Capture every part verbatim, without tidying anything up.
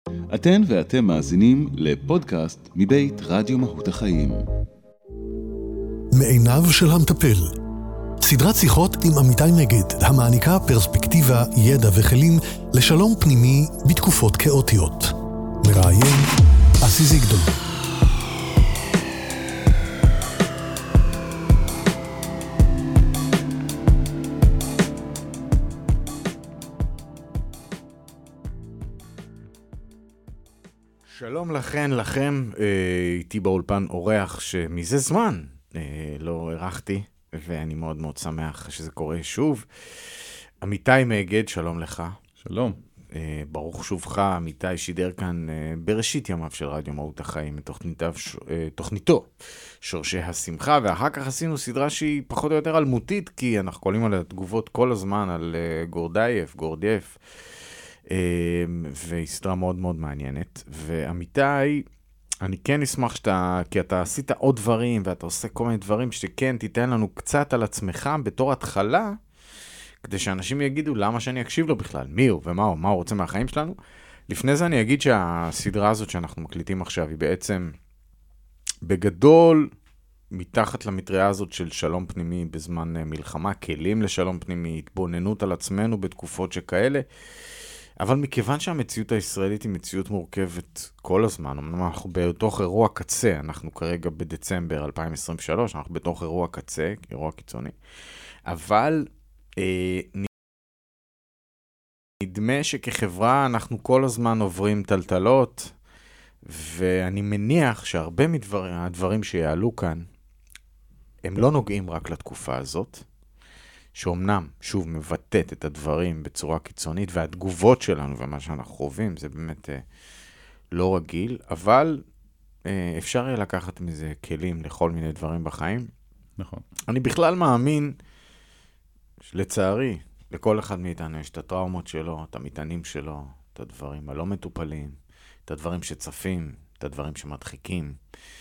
אתן ואתם מאזינים לפודקאסט מבית רדיו מהות החיים. מעיניו של המטפל. סדרת שיחות עם עמיתי מגד, המעניקה פרספקטיבה, ידע וכלים לשלום פנימי בתקופות כאוטיות. מראיין אסי זיגדון. שלום לכן, לכם, איתי באולפן אורח שמזה זמן לא ערכתי, ואני מאוד מאוד שמח שזה קורה שוב. עמיתי מגד, שלום לך. שלום. ברוך שובך, עמיתי שידר כאן בראשית ימיו של רדיו מהות החיים, תוכניתיו, תוכניתו שורשי השמחה, ואחר כך עשינו סדרה שהיא פחות או יותר אלמותית, כי אנחנו קוראים על התגובות כל הזמן על גורדייף, גורדייף, והיא סדרה מאוד מאוד מעניינת. ועמיתי, אני כן אשמח שאתה, כי אתה עשית עוד דברים, ואתה עושה כל מיני דברים שכן תיתן לנו קצת על עצמך בתור התחלה, כדי שאנשים יגידו למה שאני אקשיב לו בכלל, מי הוא ומה הוא, מה הוא רוצה מהחיים שלנו. לפני זה אני אגיד שהסדרה הזאת שאנחנו מקליטים עכשיו, היא בעצם בגדול מתחת למטריה הזאת של שלום פנימי בזמן מלחמה, כלים לשלום פנימי, התבוננות על עצמנו בתקופות שכאלה. אבל מכיוון שהמציאות הישראלית היא מציאות מורכבת כל הזמן, אנחנו בתוך אירוע קצה, אנחנו כרגע בדצמבר אלפיים עשרים ושלוש, אנחנו בתוך אירוע קצה, אירוע קיצוני, אבל אה, נדמה שכחברה אנחנו כל הזמן עוברים טלטלות, ואני מניח שהרבה מהדברים שיעלו כאן, הם לא נוגעים רק לתקופה הזאת, שאומנם, שוב, מבטאת את הדברים בצורה קיצונית, והתגובות שלנו ומה שאנחנו חווים, זה באמת אה, לא רגיל, אבל אה, אפשר יהיה לקחת מזה כלים לכל מיני דברים בחיים. נכון. אני בכלל מאמין, לצערי, לכל אחד מאיתנו יש את הטראומות שלו, את המטענים שלו, את הדברים הלא מטופלים, את הדברים שצפים, את הדברים שמדחיקים.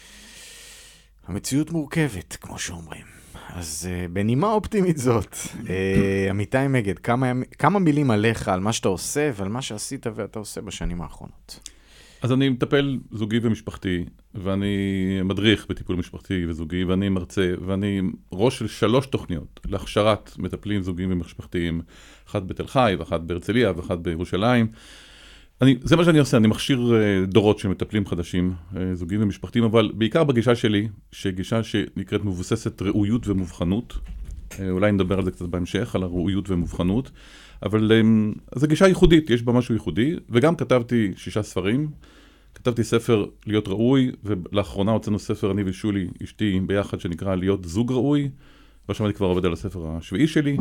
המציאות מורכבת, כמו שאומרים. אז uh, בנימה אופטימית זאת, uh, עמיתי מגד, כמה, כמה מילים עליך, על מה שאתה עושה ועל מה שעשית ואתה עושה בשנים האחרונות. אז אני מטפל זוגי ומשפחתי, ואני מדריך בטיפול משפחתי וזוגי, ואני מרצה, ואני ראש של שלוש תוכניות להכשרת מטפלים זוגיים ומשפחתיים, אחת בתל חי ואחת בהרצליה ואחת בירושלים. אני, זה מה שאני עושה, אני מכשיר דורות של מטפלים חדשים, זוגיים ומשפחתיים, אבל בעיקר בגישה שלי, שגישה שנקראת מבוססת ראויות ומובחנות, אולי נדבר על זה קצת בהמשך, על הראויות ומובחנות, אבל זו גישה ייחודית, יש בה משהו ייחודי, וגם כתבתי שישה ספרים, כתבתי ספר להיות ראוי, ולאחרונה הוצאנו ספר, אני ושולי, אשתי, ביחד, שנקרא להיות זוג ראוי, ועכשיו אני כבר עובד על הספר השביעי שלי,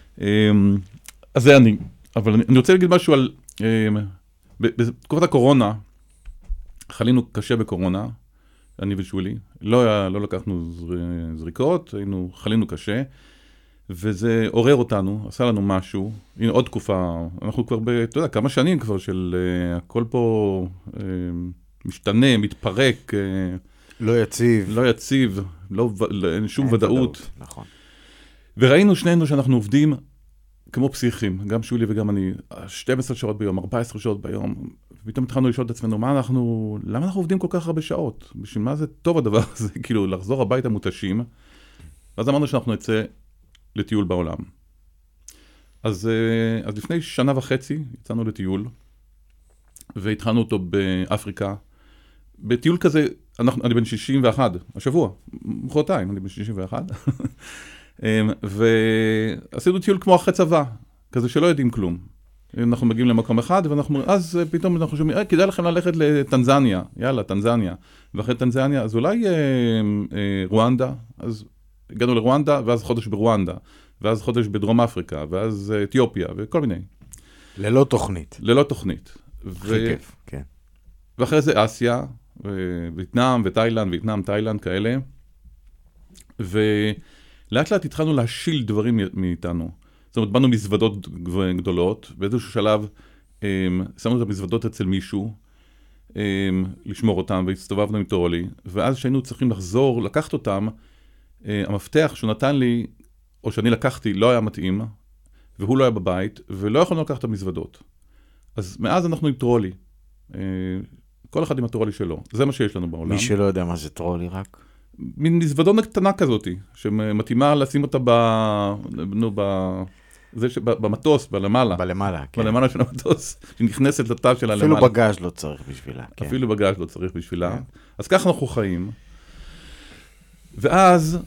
אז זה אני, אבל אני רוצה להגיד משהו על... בתקופת הקורונה, חלינו קשה בקורונה, אני ושולי, לא, לא לקחנו זריקות, היינו, חלינו קשה, וזה עורר אותנו, עשה לנו משהו, הנה עוד תקופה, אנחנו כבר ב, אתה יודע, כמה שנים כבר של הכל פה משתנה, מתפרק, לא יציב, לא יציב, לא, אין שום ודאות. ודאות, נכון. וראינו שנינו שאנחנו עובדים, כמו פסיכים, גם שולי וגם אני, שתים עשרה שעות ביום, ארבע עשרה שעות ביום, ופתאום התחלנו לשאול את עצמנו, מה אנחנו, למה אנחנו עובדים כל כך הרבה שעות? בשביל מה זה טוב הדבר הזה? כאילו, לחזור הביתה מותשים, ואז אמרנו שאנחנו נצא לטיול בעולם. אז, אז לפני שנה וחצי יצאנו לטיול, והתחלנו אותו באפריקה, בטיול כזה, אנחנו, אני בן שישים ואחת, השבוע, מחרתיים, אני בן שישים ואחת, ועשינו טיול כמו אחרי צבא, כזה שלא יודעים כלום. אנחנו מגיעים למקום אחד, ואנחנו, אז פתאום אנחנו שומעים, אה, כדאי לכם ללכת לטנזניה, יאללה, טנזניה. ואחרי טנזניה, אז אולי אה, אה, רואנדה, אז הגענו לרואנדה, ואז חודש ברואנדה, ואז חודש בדרום אפריקה, ואז אתיופיה, וכל מיני. ללא תוכנית. ללא תוכנית. הכי ו... כיף, כן. ואחרי זה אסיה, ויטנאם ותאילנד, ויטנאם, תאילנד, כאלה. ולאט לאט התחלנו להשיל דברים מאיתנו. זאת אומרת, באנו מזוודות גדולות, באיזשהו שלב שמנו את המזוודות אצל מישהו, לשמור אותם, והסתובבנו עם טרולי, ואז שהיינו צריכים לחזור, לקחת אותם, המפתח שהוא נתן לי, או שאני לקחתי, לא היה מתאים, והוא לא היה בבית, ולא יכולנו לקחת את המזוודות. אז מאז אנחנו עם טרולי, כל אחד עם הטרולי שלו. זה מה שיש לנו בעולם. מי שלא יודע מה זה טרולי רק? מין מזוודון קטנה כזאת, שמתאימה לשים אותה ב... נו, ב... זה שבמטוס, בלמעלה. בלמעלה, כן. בלמעלה של המטוס, שנכנסת לתו שלה אפילו למעלה. בגז לא צריך בשבילה. כן. אפילו בגז לא צריך בשבילה. אז ככה אנחנו חיים. ואז,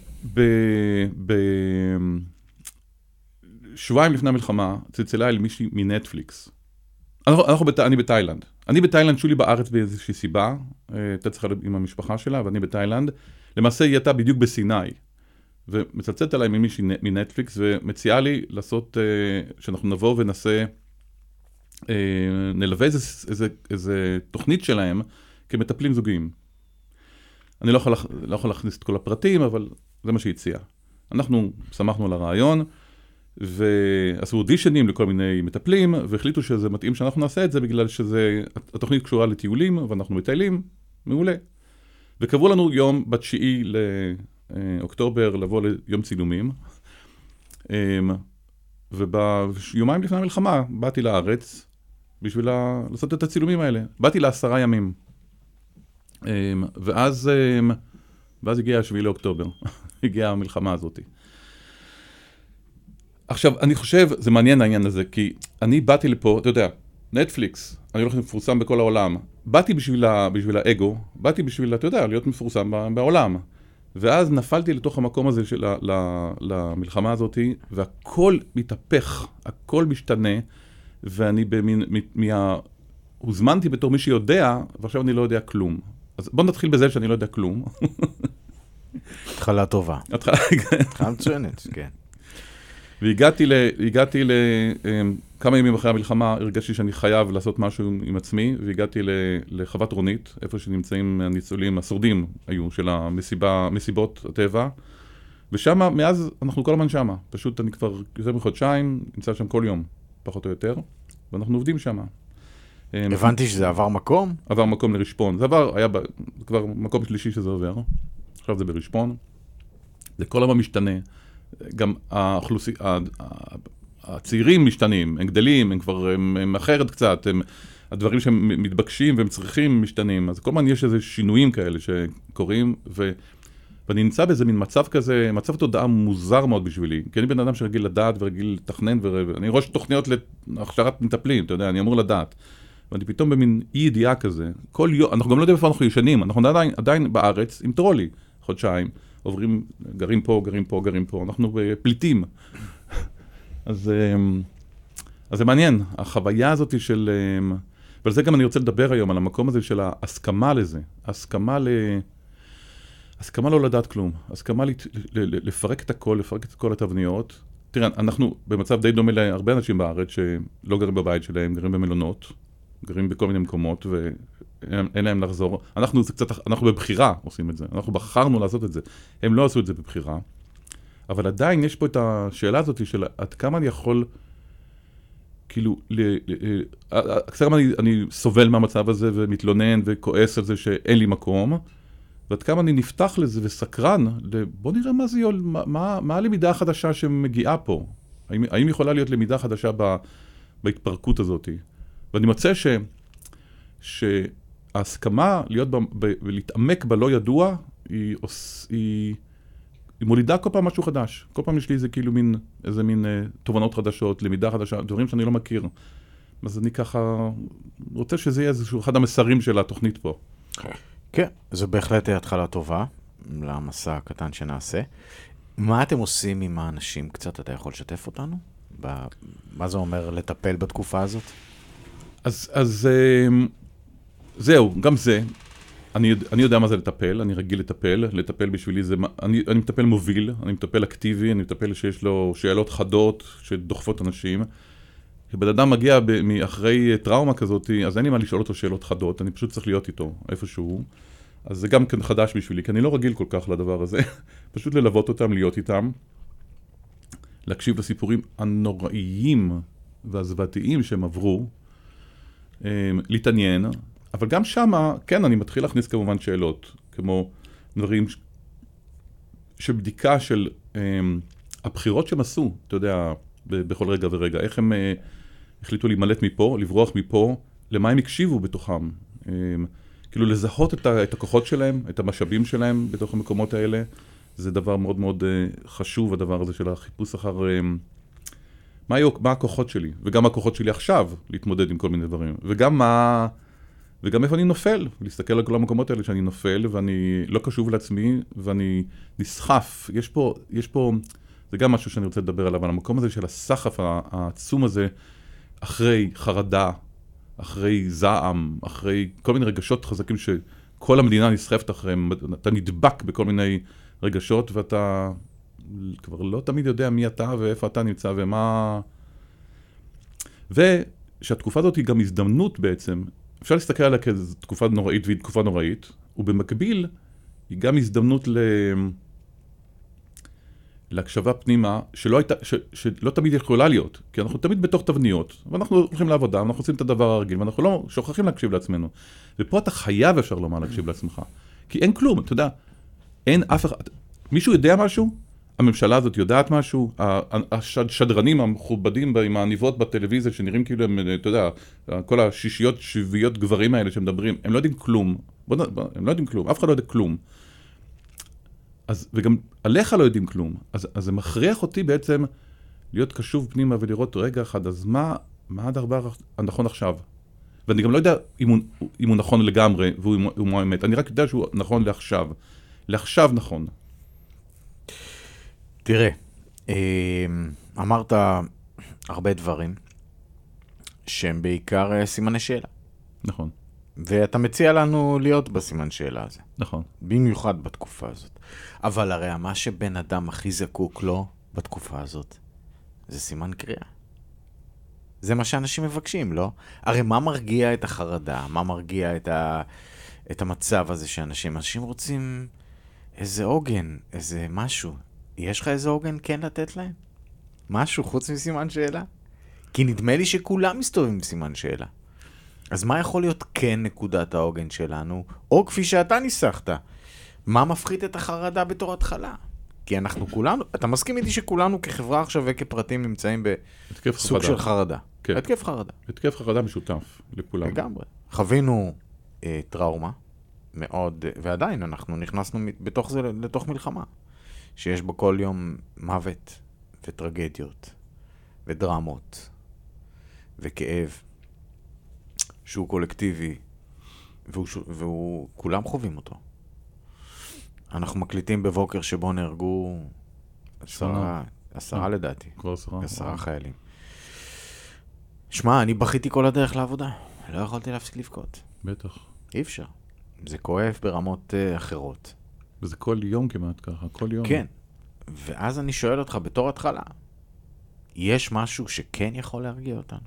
בשבועיים לפני המלחמה, צלצלה אל מישהי מנטפליקס. אנחנו, אנחנו בת... אני בתאילנד. אני בתאילנד, שולי בארץ באיזושהי סיבה, הייתה צריכה עם המשפחה שלה, ואני בתאילנד. למעשה היא הייתה בדיוק בסיני. ומצלצלת עליי ממישהי מנטפליקס, ומציעה לי לעשות, שאנחנו נבוא ונעשה, נלווה איזה, איזה, איזה תוכנית שלהם, כמטפלים זוגיים. אני לא יכול, לא יכול להכניס את כל הפרטים, אבל זה מה שהציע. אנחנו שמחנו על הרעיון, ועשו אודישנים לכל מיני מטפלים, והחליטו שזה מתאים שאנחנו נעשה את זה, בגלל שזה, התוכנית קשורה לטיולים, ואנחנו מטיילים, מעולה. וקבעו לנו יום בתשיעי לאוקטובר לבוא ליום צילומים, וביומיים לפני המלחמה באתי לארץ, בשביל לעשות את הצילומים האלה. באתי לעשרה ימים. ואז, ואז הגיע השביעי לאוקטובר, הגיעה המלחמה הזאת. עכשיו, אני חושב, זה מעניין העניין הזה, כי אני באתי לפה, אתה יודע, נטפליקס, אני הולך מפורסם בכל העולם, באתי בשביל, בשביל האגו, באתי בשביל, אתה יודע, להיות מפורסם בעולם. ואז נפלתי לתוך המקום הזה של, ל, למלחמה הזאת, והכל מתהפך, הכל משתנה, ואני במין, מה, הוזמנתי בתור מי שיודע, ועכשיו אני לא יודע כלום. אז בוא נתחיל בזה שאני לא יודע כלום. התחלה טובה. התחלה, התחלה מצוינת, כן. והגעתי ל, הגעתי ל, כמה ימים אחרי המלחמה, הרגשתי שאני חייב לעשות משהו עם עצמי, והגעתי לחוות רונית, איפה שנמצאים הניצולים, השורדים היו של המסיבה, מסיבות הטבע, ושם, מאז אנחנו כל הזמן שמה. פשוט אני כבר יותר מחודשיים, נמצא שם כל יום, פחות או יותר, ואנחנו עובדים שמה. הבנתי שזה עבר מקום? עבר מקום לרשפון. זה עבר, היה כבר מקום שלישי שזה עובר. עכשיו זה ברשפון. זה כל הזמן משתנה. גם האוכלוסי... הצעירים משתנים, הם גדלים, הם כבר, הם, הם אחרת קצת, הם, הדברים שהם מתבקשים והם צריכים משתנים. אז כל הזמן יש איזה שינויים כאלה שקורים, ו... ואני נמצא באיזה מין מצב כזה, מצב תודעה מוזר מאוד בשבילי. כי אני בן אדם שרגיל לדעת ורגיל לתכנן, ואני ראש תוכניות להכשרת מטפלים, אתה יודע, אני אמור לדעת. ואני פתאום במין אי ידיעה כזה. כל יום, אנחנו גם לא יודעים איפה אנחנו ישנים, אנחנו עדיין, עדיין בארץ עם טרולי, חודשיים, עוברים, גרים פה, גרים פה, גרים פה, אנחנו פליטים. אז, אז זה מעניין, החוויה הזאת של, ועל זה גם אני רוצה לדבר היום, על המקום הזה של ההסכמה לזה, הסכמה ל... הסכמה לא לדעת כלום, הסכמה לפרק את הכל, לפרק את כל התבניות. תראה, אנחנו במצב די דומה להרבה אנשים בארץ שלא גרים בבית שלהם, גרים במלונות, גרים בכל מיני מקומות ואין להם לחזור. אנחנו, זה קצת, אנחנו בבחירה עושים את זה, אנחנו בחרנו לעשות את זה. הם לא עשו את זה בבחירה, אבל עדיין יש פה את השאלה הזאת של עד כמה אני יכול, כאילו, עד כמה אני, אני סובל מהמצב הזה ומתלונן וכועס על זה שאין לי מקום, ועד כמה אני נפתח לזה וסקרן, בוא נראה מה זה, מה, מה, מה הלמידה החדשה שמגיעה פה? האם, האם יכולה להיות למידה חדשה ב, בהתפרקות הזאת? ואני מצא ש, שההסכמה להיות ב, ב, ולהתעמק בלא ידוע, היא, היא, היא מולידה כל פעם משהו חדש. כל פעם יש לי איזה כאילו מין, איזה מין אה, תובנות חדשות, למידה חדשה, דברים שאני לא מכיר. אז אני ככה רוצה שזה יהיה איזשהו אחד המסרים של התוכנית פה. כן, זו בהחלט התחלה טובה למסע הקטן שנעשה. מה אתם עושים עם האנשים קצת? אתה יכול לשתף אותנו? מה זה אומר לטפל בתקופה הזאת? אז, אז זהו, גם זה. אני, אני יודע מה זה לטפל, אני רגיל לטפל. לטפל בשבילי זה, אני, אני מטפל מוביל, אני מטפל אקטיבי, אני מטפל שיש לו שאלות חדות שדוחפות אנשים. כשבן אדם מגיע מאחרי טראומה כזאת, אז אין לי מה לשאול אותו שאלות חדות, אני פשוט צריך להיות איתו איפשהו. אז זה גם כן חדש בשבילי, כי אני לא רגיל כל כך לדבר הזה. פשוט ללוות אותם, להיות איתם, להקשיב לסיפורים הנוראיים והזוועתיים שהם עברו, להתעניין, אבל גם שמה, כן, אני מתחיל להכניס כמובן שאלות, כמו דברים שבדיקה של הבחירות שהם עשו, אתה יודע, בכל רגע ורגע, איך הם החליטו להימלט מפה, לברוח מפה, למה הם הקשיבו בתוכם. כאילו לזהות את, ה, את הכוחות שלהם, את המשאבים שלהם בתוך המקומות האלה, זה דבר מאוד מאוד חשוב, הדבר הזה של החיפוש אחר מה, מה הכוחות שלי, וגם הכוחות שלי עכשיו להתמודד עם כל מיני דברים, וגם מה, וגם איפה אני נופל, להסתכל על כל המקומות האלה שאני נופל, ואני לא קשוב לעצמי, ואני נסחף. יש פה, יש פה, זה גם משהו שאני רוצה לדבר עליו, על המקום הזה של הסחף העצום הזה, אחרי חרדה, אחרי זעם, אחרי כל מיני רגשות חזקים שכל המדינה נסחפת אחריהם, אתה נדבק בכל מיני רגשות, ואתה כבר לא תמיד יודע מי אתה ואיפה אתה נמצא ומה... ושהתקופה הזאת היא גם הזדמנות בעצם, אפשר להסתכל עליה כאיזו תקופה נוראית והיא תקופה נוראית, ובמקביל היא גם הזדמנות ל... להקשבה פנימה, שלא, הייתה, ש, שלא תמיד יכולה להיות, כי אנחנו תמיד בתוך תבניות, ואנחנו הולכים לעבודה, אנחנו עושים את הדבר הרגיל, ואנחנו לא שוכחים להקשיב לעצמנו. ופה אתה חייב אפשר לומר להקשיב לעצמך, כי אין כלום, אתה יודע, אין אף אחד, מישהו יודע משהו? הממשלה הזאת יודעת משהו? השדרנים המכובדים עם העניבות בטלוויזיה, שנראים כאילו הם, אתה יודע, כל השישיות, שביעיות גברים האלה שמדברים, הם לא יודעים כלום, בוא, הם לא יודעים כלום, אף אחד לא יודע כלום. אז, וגם עליך לא יודעים כלום, אז, אז זה מכריח אותי בעצם להיות קשוב פנימה ולראות רגע אחד, אז מה, מה הדבר הנכון עכשיו? ואני גם לא יודע אם הוא, אם הוא נכון לגמרי, והוא הוא האמת, אני רק יודע שהוא נכון לעכשיו. לעכשיו נכון. תראה, אמרת הרבה דברים, שהם בעיקר סימני שאלה. נכון. ואתה מציע לנו להיות בסימן שאלה הזה. נכון. במיוחד בתקופה הזאת. אבל הרי מה שבן אדם הכי זקוק לו בתקופה הזאת, זה סימן קריאה. זה מה שאנשים מבקשים, לא? הרי מה מרגיע את החרדה? מה מרגיע את, ה... את המצב הזה שאנשים? אנשים רוצים איזה עוגן, איזה משהו. יש לך איזה עוגן כן לתת להם? משהו חוץ מסימן שאלה? כי נדמה לי שכולם מסתובבים בסימן שאלה. אז מה יכול להיות כן נקודת העוגן שלנו? או כפי שאתה ניסחת, מה מפחית את החרדה בתור התחלה? כי אנחנו כולנו, אתה מסכים איתי שכולנו כחברה עכשיו וכפרטים נמצאים בסוג של חרדה. כן. התקף חרדה. התקף חרדה משותף לכולם. לגמרי. חווינו אה, טראומה מאוד, ועדיין אנחנו נכנסנו בתוך זה לתוך מלחמה, שיש בה כל יום מוות וטרגדיות ודרמות וכאב. שהוא קולקטיבי, והוא, והוא, כולם חווים אותו. אנחנו מקליטים בבוקר שבו נהרגו עשרה, עשרה לדעתי. כבר עשרה. עשרה חיילים. שמע, אני בכיתי כל הדרך לעבודה. לא יכולתי להפסיק לבכות. בטח. אי אפשר. זה כואב ברמות uh, אחרות. וזה כל יום כמעט ככה, כל יום. כן. ואז אני שואל אותך, בתור התחלה, יש משהו שכן יכול להרגיע אותנו?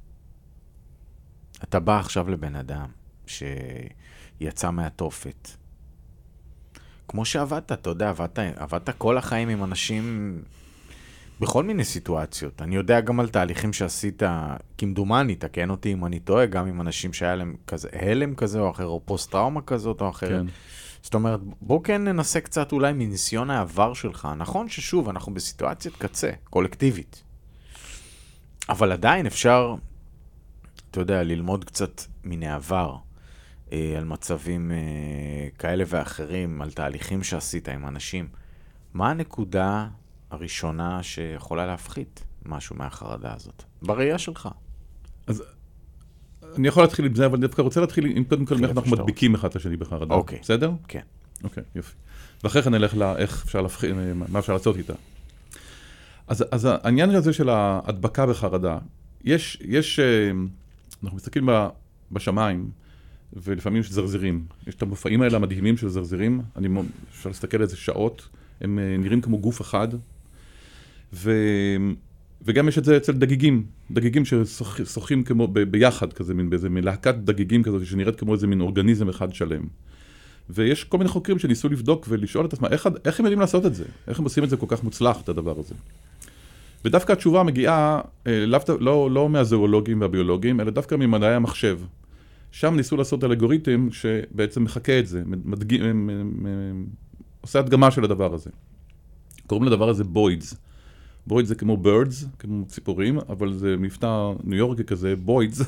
אתה בא עכשיו לבן אדם שיצא מהתופת. כמו שעבדת, אתה יודע, עבדת, עבדת כל החיים עם אנשים בכל מיני סיטואציות. אני יודע גם על תהליכים שעשית, כמדומני, תקן אותי אם אני טועה, גם עם אנשים שהיה להם כזה, הלם כזה או אחר, או פוסט-טראומה כזאת או אחרת. כן. זאת אומרת, בוא כן ננסה קצת אולי מניסיון העבר שלך. נכון ששוב, אנחנו בסיטואציית קצה, קולקטיבית. אבל עדיין אפשר... אתה יודע, ללמוד קצת מן העבר, אה, על מצבים אה, כאלה ואחרים, על תהליכים שעשית עם אנשים. מה הנקודה הראשונה שיכולה להפחית משהו מהחרדה הזאת? בראייה שלך. אז אני יכול להתחיל עם זה, אבל דווקא רוצה להתחיל עם קודם כל איך אנחנו מדביקים אחד את השני בחרדה. אוקיי. בסדר? כן. אוקיי, יופי. ואחרי כן נלך לאיך אפשר להפחית, מה אפשר לעשות איתה. אז, אז העניין הזה של ההדבקה בחרדה, יש, יש... אנחנו מסתכלים בשמיים, ולפעמים יש זרזירים. יש את המופעים האלה המדהימים של זרזירים, אני אפשר להסתכל על זה שעות, הם נראים כמו גוף אחד, ו... וגם יש את זה אצל דגיגים, דגיגים ששוחים כמו ב... ביחד כזה, מין, באיזה מלהקת דגיגים כזאת, שנראית כמו איזה מין אורגניזם אחד שלם. ויש כל מיני חוקרים שניסו לבדוק ולשאול את עצמם, איך, איך הם יודעים לעשות את זה? איך הם עושים את זה כל כך מוצלח, את הדבר הזה? ודווקא התשובה מגיעה לא, לא, לא מהזואולוגים והביולוגים, אלא דווקא ממדעי המחשב. שם ניסו לעשות אלגוריתם שבעצם מחכה את זה, מדג... עושה הדגמה של הדבר הזה. קוראים לדבר הזה בוידס, בוידס זה כמו birds, כמו ציפורים, אבל זה מבטא ניו יורקי כזה, בוידס.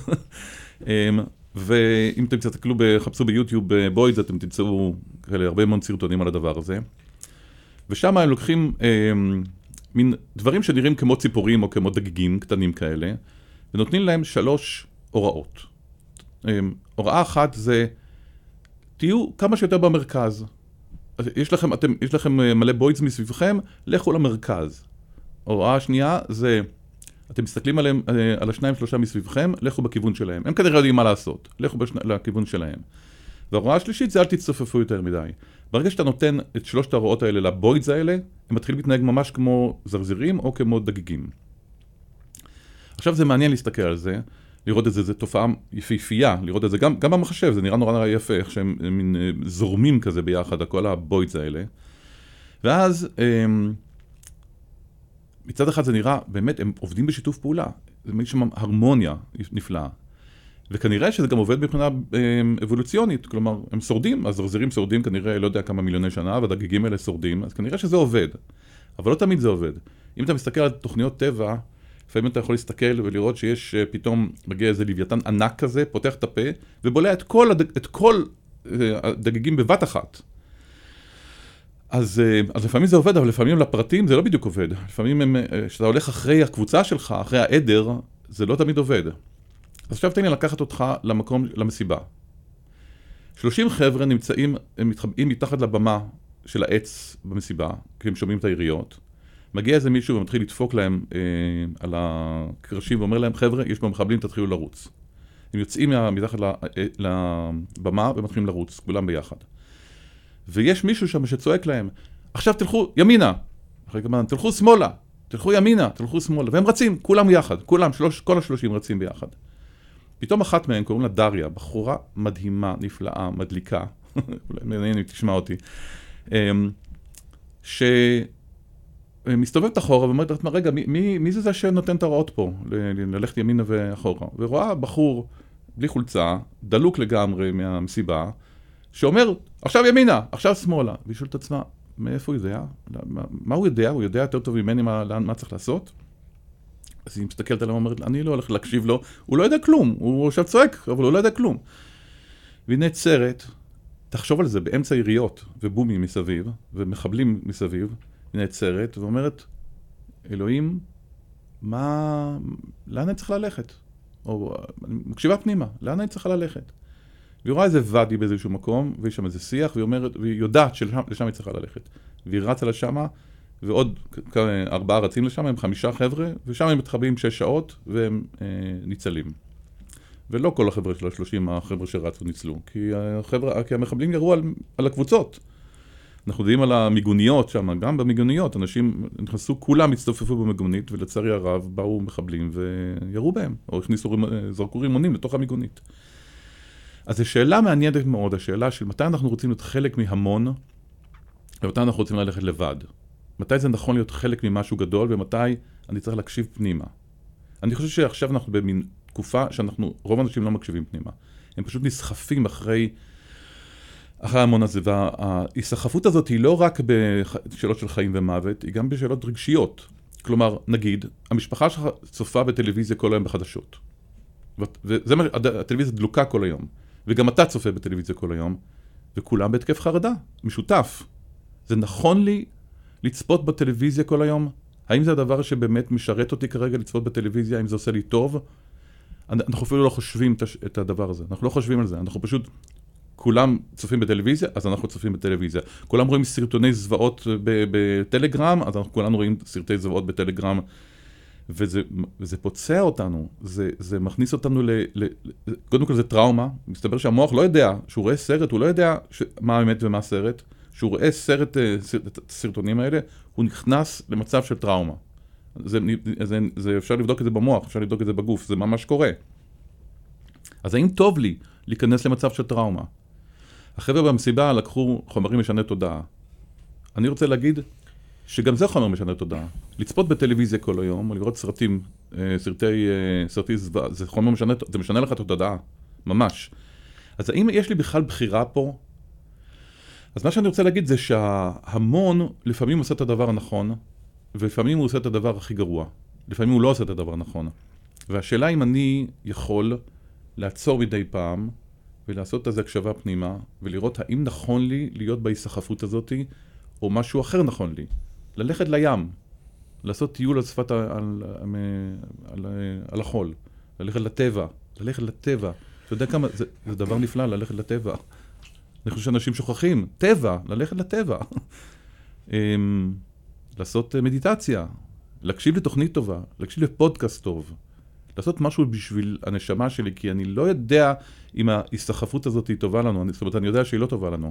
ואם אתם תסתכלו, חפשו ביוטיוב בוידס, אתם תמצאו כאלה הרבה מאוד סרטונים על הדבר הזה. ושם הם לוקחים מין דברים שנראים כמו ציפורים או כמו דגיגים קטנים כאלה, ונותנים להם שלוש הוראות. הוראה אחת זה, תהיו כמה שיותר במרכז. יש לכם, אתם, יש לכם מלא בוידס מסביבכם, לכו למרכז. הוראה השנייה זה, אתם מסתכלים עליהם, על השניים שלושה מסביבכם, לכו בכיוון שלהם. הם כנראה יודעים מה לעשות, לכו בשני, לכיוון שלהם. וההוראה השלישית זה אל תצטופפו יותר מדי. ברגע שאתה נותן את שלושת ההוראות האלה לבוידס האלה, הם מתחילים להתנהג ממש כמו זרזירים או כמו דגיגים. עכשיו זה מעניין להסתכל על זה, לראות את זה, זה תופעה יפהפייה, לראות את זה גם, גם במחשב, זה נראה נורא נורא יפה, איך שהם מין זורמים כזה ביחד, כל הבוידס האלה. ואז, מצד אחד זה נראה, באמת, הם עובדים בשיתוף פעולה, זה מין שם הרמוניה נפלאה. וכנראה שזה גם עובד מבחינה אבולוציונית, כלומר, הם שורדים, הזרזירים שורדים כנראה לא יודע כמה מיליוני שנה, והדגיגים האלה שורדים, אז כנראה שזה עובד. אבל לא תמיד זה עובד. אם אתה מסתכל על תוכניות טבע, לפעמים אתה יכול להסתכל ולראות שיש פתאום מגיע איזה לוויתן ענק כזה, פותח את הפה, ובולע את כל, הדג, את כל הדגיגים בבת אחת. אז, אז לפעמים זה עובד, אבל לפעמים לפרטים זה לא בדיוק עובד. לפעמים כשאתה הולך אחרי הקבוצה שלך, אחרי העדר, זה לא תמיד עובד. אז עכשיו תן לי לקחת אותך למקום, למסיבה. שלושים חבר'ה נמצאים, הם מתחבאים מתחת לבמה של העץ במסיבה, כי הם שומעים את העיריות. מגיע איזה מישהו ומתחיל לדפוק להם אה, על הקרשים ואומר להם, חבר'ה, יש פה מחבלים, תתחילו לרוץ. הם יוצאים מתחת לבמה ומתחילים לרוץ, כולם ביחד. ויש מישהו שם שצועק להם, עכשיו תלכו ימינה, אחרי כמה, תלכו שמאלה, תלכו ימינה, תלכו שמאלה, והם רצים, כולם יחד, כולם, שלוש, כל השלושים רצים ביחד. פתאום אחת מהם, קוראים לה דריה, בחורה מדהימה, נפלאה, מדליקה, אולי מעניין אם תשמע אותי, ש... מסתובבת אחורה ואומרת, רגע, מי, מי, מי זה זה שנותן את ההוראות פה, ל- ללכת ימינה ואחורה? ורואה בחור בלי חולצה, דלוק לגמרי מהמסיבה, שאומר, עכשיו ימינה, עכשיו שמאלה. והיא שואלת את עצמה, מאיפה הוא יודע? מה, מה הוא יודע? הוא יודע יותר טוב ממני מה, מה צריך לעשות? אז היא מסתכלת עליו ואומרת, אני לא הולך להקשיב לו, הוא לא יודע כלום, הוא עכשיו צועק, אבל הוא לא יודע כלום. והיא נעצרת, תחשוב על זה, באמצע עיריות ובומים מסביב, ומחבלים מסביב, היא נעצרת ואומרת, אלוהים, מה, לאן אני צריך ללכת? או, אני מקשיבה פנימה, לאן אני צריכה ללכת? והיא רואה איזה ואדי באיזשהו מקום, ויש שם איזה שיח, והיא אומרת, והיא יודעת שלשם היא צריכה ללכת. והיא רצה לשם, ועוד ארבעה רצים לשם, הם חמישה חבר'ה, ושם הם מתחבאים שש שעות, והם אה, ניצלים. ולא כל החבר'ה של השלושים, החבר'ה שרצו ניצלו, כי, החבר'ה, כי המחבלים ירו על, על הקבוצות. אנחנו יודעים על המיגוניות שם, גם במיגוניות, אנשים נכנסו, כולם הצטופפו במגונית, ולצערי הרב באו מחבלים וירו בהם, או הכניסו, זרקו רימונים לתוך המיגונית. אז זו שאלה מעניינת מאוד, השאלה של מתי אנחנו רוצים להיות חלק מהמון, ומתי אנחנו רוצים ללכת לבד. מתי זה נכון להיות חלק ממשהו גדול, ומתי אני צריך להקשיב פנימה. אני חושב שעכשיו אנחנו במין תקופה שאנחנו, רוב האנשים לא מקשיבים פנימה. הם פשוט נסחפים אחרי, אחרי המון הזה, וההיסחפות הזאת היא לא רק בשאלות של חיים ומוות, היא גם בשאלות רגשיות. כלומר, נגיד, המשפחה שלך צופה בטלוויזיה כל היום בחדשות. וזה מה, הטלוויזיה דלוקה כל היום. וגם אתה צופה בטלוויזיה כל היום, וכולם בהתקף חרדה, משותף. זה נכון לי לצפות בטלוויזיה כל היום? האם זה הדבר שבאמת משרת אותי כרגע לצפות בטלוויזיה? האם זה עושה לי טוב? אנחנו אפילו לא חושבים את הדבר הזה. אנחנו לא חושבים על זה. אנחנו פשוט, כולם צופים בטלוויזיה, אז אנחנו צופים בטלוויזיה. כולם רואים סרטוני זוועות בטלגרם, אז אנחנו כולנו רואים סרטי זוועות בטלגרם. וזה, וזה פוצע אותנו, זה, זה מכניס אותנו ל, ל... קודם כל זה טראומה, מסתבר שהמוח לא יודע, שהוא רואה סרט, הוא לא יודע ש... מה האמת ומה הסרט, שהוא רואה סרט, סרט, הסרטונים האלה, הוא נכנס למצב של טראומה. זה, זה, זה, אפשר לבדוק את זה במוח, אפשר לבדוק את זה בגוף, זה ממש קורה. אז האם טוב לי להיכנס למצב של טראומה? החבר'ה במסיבה לקחו חומרים משנה תודעה. אני רוצה להגיד, שגם זה חומר משנה תודעה. לצפות בטלוויזיה כל היום, או לראות סרטים, סרטי, סרטי זוועה, זה חומר משנה, זה משנה לך את התודעה, ממש. אז האם יש לי בכלל בחירה פה? אז מה שאני רוצה להגיד זה שההמון לפעמים עושה את הדבר הנכון, ולפעמים הוא עושה את הדבר הכי גרוע. לפעמים הוא לא עושה את הדבר נכון. והשאלה אם אני יכול לעצור מדי פעם, ולעשות איזו הקשבה פנימה, ולראות האם נכון לי להיות בהיסחפות הזאת, או משהו אחר נכון לי. ללכת לים, לעשות טיול על שפת, על, על, על, על החול, ללכת לטבע, ללכת לטבע. אתה יודע כמה, זה, זה דבר נפלא, ללכת לטבע. אני חושב שאנשים שוכחים, טבע, ללכת לטבע. לעשות מדיטציה, להקשיב לתוכנית טובה, להקשיב לפודקאסט טוב, לעשות משהו בשביל הנשמה שלי, כי אני לא יודע אם ההסתחפות הזאת היא טובה לנו, זאת אומרת, אני יודע שהיא לא טובה לנו.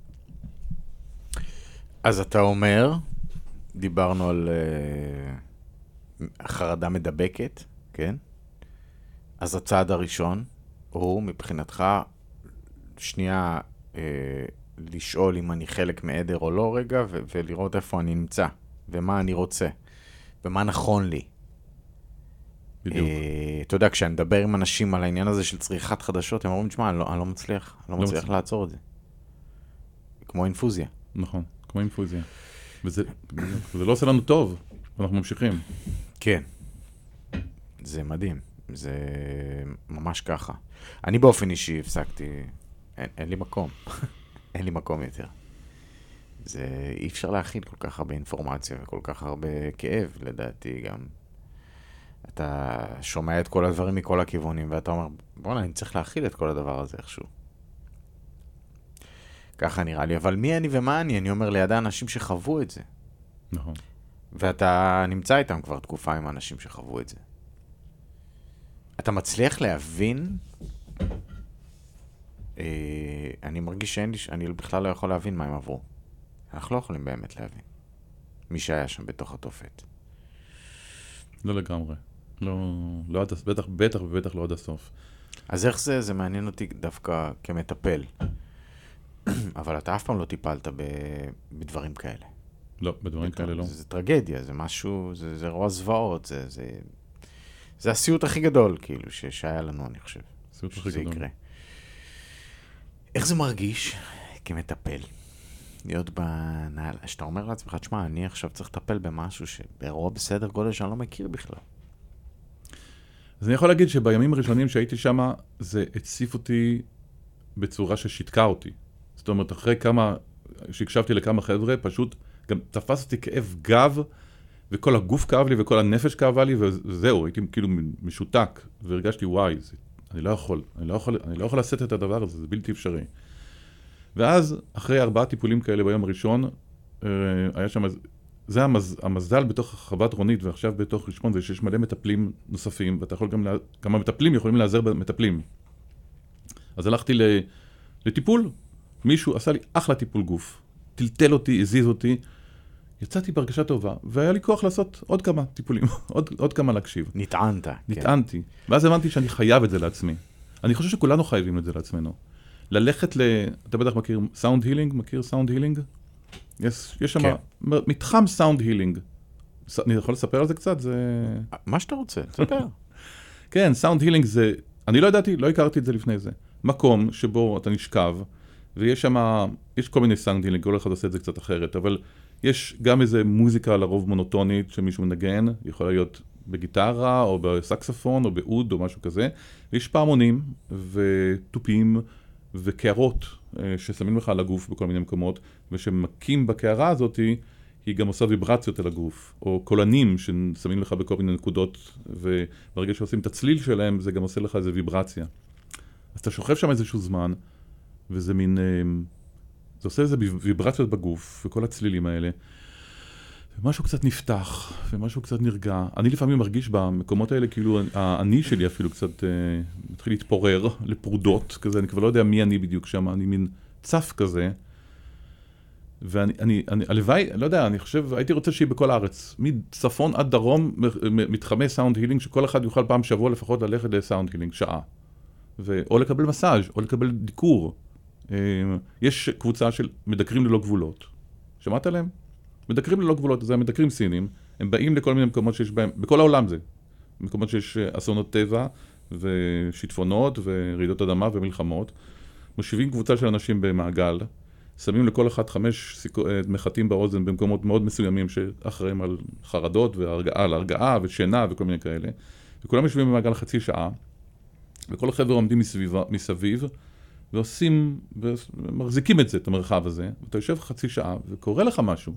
אז אתה אומר, דיברנו על uh, חרדה מדבקת, כן? אז הצעד הראשון הוא מבחינתך שנייה uh, לשאול אם אני חלק מעדר או לא רגע, ו- ולראות איפה אני נמצא, ומה אני רוצה, ומה נכון לי. בדיוק. Uh, אתה יודע, כשאני מדבר עם אנשים על העניין הזה של צריכת חדשות, הם אומרים, תשמע, אני לא, אני לא מצליח, אני לא, לא מצליח מצליח לעצור את זה. כמו אינפוזיה. נכון, כמו אינפוזיה. וזה זה לא עושה לנו טוב, אנחנו ממשיכים. כן. זה מדהים. זה ממש ככה. אני באופן אישי הפסקתי, אין, אין לי מקום. אין לי מקום יותר. זה אי אפשר להכיל כל כך הרבה אינפורמציה וכל כך הרבה כאב, לדעתי גם. אתה שומע את כל הדברים מכל הכיוונים, ואתה אומר, בוא'נה, אני צריך להכיל את כל הדבר הזה איכשהו. ככה נראה לי, אבל מי אני ומה אני? אני אומר לידה אנשים שחוו את זה. נכון. ואתה נמצא איתם כבר תקופה עם אנשים שחוו את זה. אתה מצליח להבין? אה, אני מרגיש שאין לי, אני בכלל לא יכול להבין מה הם עברו. אנחנו לא יכולים באמת להבין. מי שהיה שם בתוך התופת. לא לגמרי. לא, לא עד, בטח, בטח ובטח לא עד הסוף. אז איך זה? זה מעניין אותי דווקא כמטפל. אבל אתה אף פעם לא טיפלת ב... בדברים כאלה. לא, בדברים כאלה לא. זה, זה טרגדיה, זה משהו, זה, זה רוע זוועות, זה, זה, זה הסיוט הכי גדול, כאילו, ש... שהיה לנו, אני חושב. סיוט הכי גדול. יקרה. איך זה מרגיש כמטפל? להיות בנעל, שאתה אומר לעצמך, תשמע, אני עכשיו צריך לטפל במשהו שבאירוע בסדר גודל שאני לא מכיר בכלל. אז אני יכול להגיד שבימים הראשונים שהייתי שם, זה הציף אותי בצורה ששיתקה אותי. זאת אומרת, אחרי כמה, שהקשבתי לכמה חבר'ה, פשוט גם תפס אותי כאב גב, וכל הגוף כאב לי, וכל הנפש כאבה לי, וזהו, הייתי כאילו משותק, והרגשתי, וואי, זה, אני לא יכול, אני לא יכול, אני לא יכול לשאת את הדבר הזה, זה בלתי אפשרי. ואז, אחרי ארבעה טיפולים כאלה ביום הראשון, היה שם, זה המז, המזל בתוך חוות רונית, ועכשיו בתוך רשפון, זה שיש מלא מטפלים נוספים, ואתה יכול גם, גם המטפלים יכולים לעזר במטפלים. אז הלכתי לטיפול, מישהו עשה לי אחלה טיפול גוף, טלטל אותי, הזיז אותי, יצאתי בהרגשה טובה, והיה לי כוח לעשות עוד כמה טיפולים, עוד, עוד כמה להקשיב. נטענת. נטענתי. כן. ואז הבנתי שאני חייב את זה לעצמי. אני חושב שכולנו חייבים את זה לעצמנו. ללכת ל... אתה בטח מכיר סאונד הילינג? מכיר סאונד הילינג? יש, יש שם כן. מתחם סאונד הילינג. אני יכול לספר על זה קצת? זה... מה שאתה רוצה, תספר. כן, סאונד הילינג זה... אני לא ידעתי, לא הכרתי את זה לפני זה. מקום שבו אתה נשכב, ויש שם... יש כל מיני סאונד הילינג, כל אחד עושה את זה קצת אחרת, אבל יש גם איזה מוזיקה לרוב מונוטונית שמישהו מנגן, יכולה להיות בגיטרה, או בסקספון, או באוד, או משהו כזה, ויש פעמונים וטופים וקערות ששמים לך על הגוף בכל מיני מקומות, ושמקים בקערה הזאת, היא גם עושה ויברציות על הגוף, או קולנים ששמים לך בכל מיני נקודות, וברגע שעושים את הצליל שלהם, זה גם עושה לך איזו ויברציה. אז אתה שוכב שם איזשהו זמן, וזה מין... זה עושה איזה ויברציות בגוף, וכל הצלילים האלה, ומשהו קצת נפתח, ומשהו קצת נרגע. אני לפעמים מרגיש במקומות האלה, כאילו, האני שלי אפילו קצת אה, מתחיל להתפורר לפרודות, כזה, אני כבר לא יודע מי אני בדיוק שם, אני מין צף כזה, ואני, אני, אני, הלוואי, לא יודע, אני חושב, הייתי רוצה שיהיה בכל הארץ, מצפון עד דרום, מתחמי סאונד הילינג, שכל אחד יוכל פעם שבוע לפחות ללכת לסאונד הילינג, שעה. ו... או לקבל מסאז', או לקבל דיקור. יש קבוצה של מדקרים ללא גבולות. שמעת עליהם? מדקרים ללא גבולות, זה המדקרים סינים, הם באים לכל מיני מקומות שיש בהם, בכל העולם זה. מקומות שיש אסונות טבע, ושיטפונות, ורעידות אדמה ומלחמות. מושיבים קבוצה של אנשים במעגל, שמים לכל אחד חמש מחטים באוזן במקומות מאוד מסוימים שאחראים על חרדות והרגעה, על הרגעה ושינה וכל מיני כאלה. וכולם יושבים במעגל חצי שעה, וכל החבר'ה עומדים מסביב, מסביב ועושים, ומחזיקים את זה, את המרחב הזה, ואתה יושב חצי שעה וקורא לך משהו.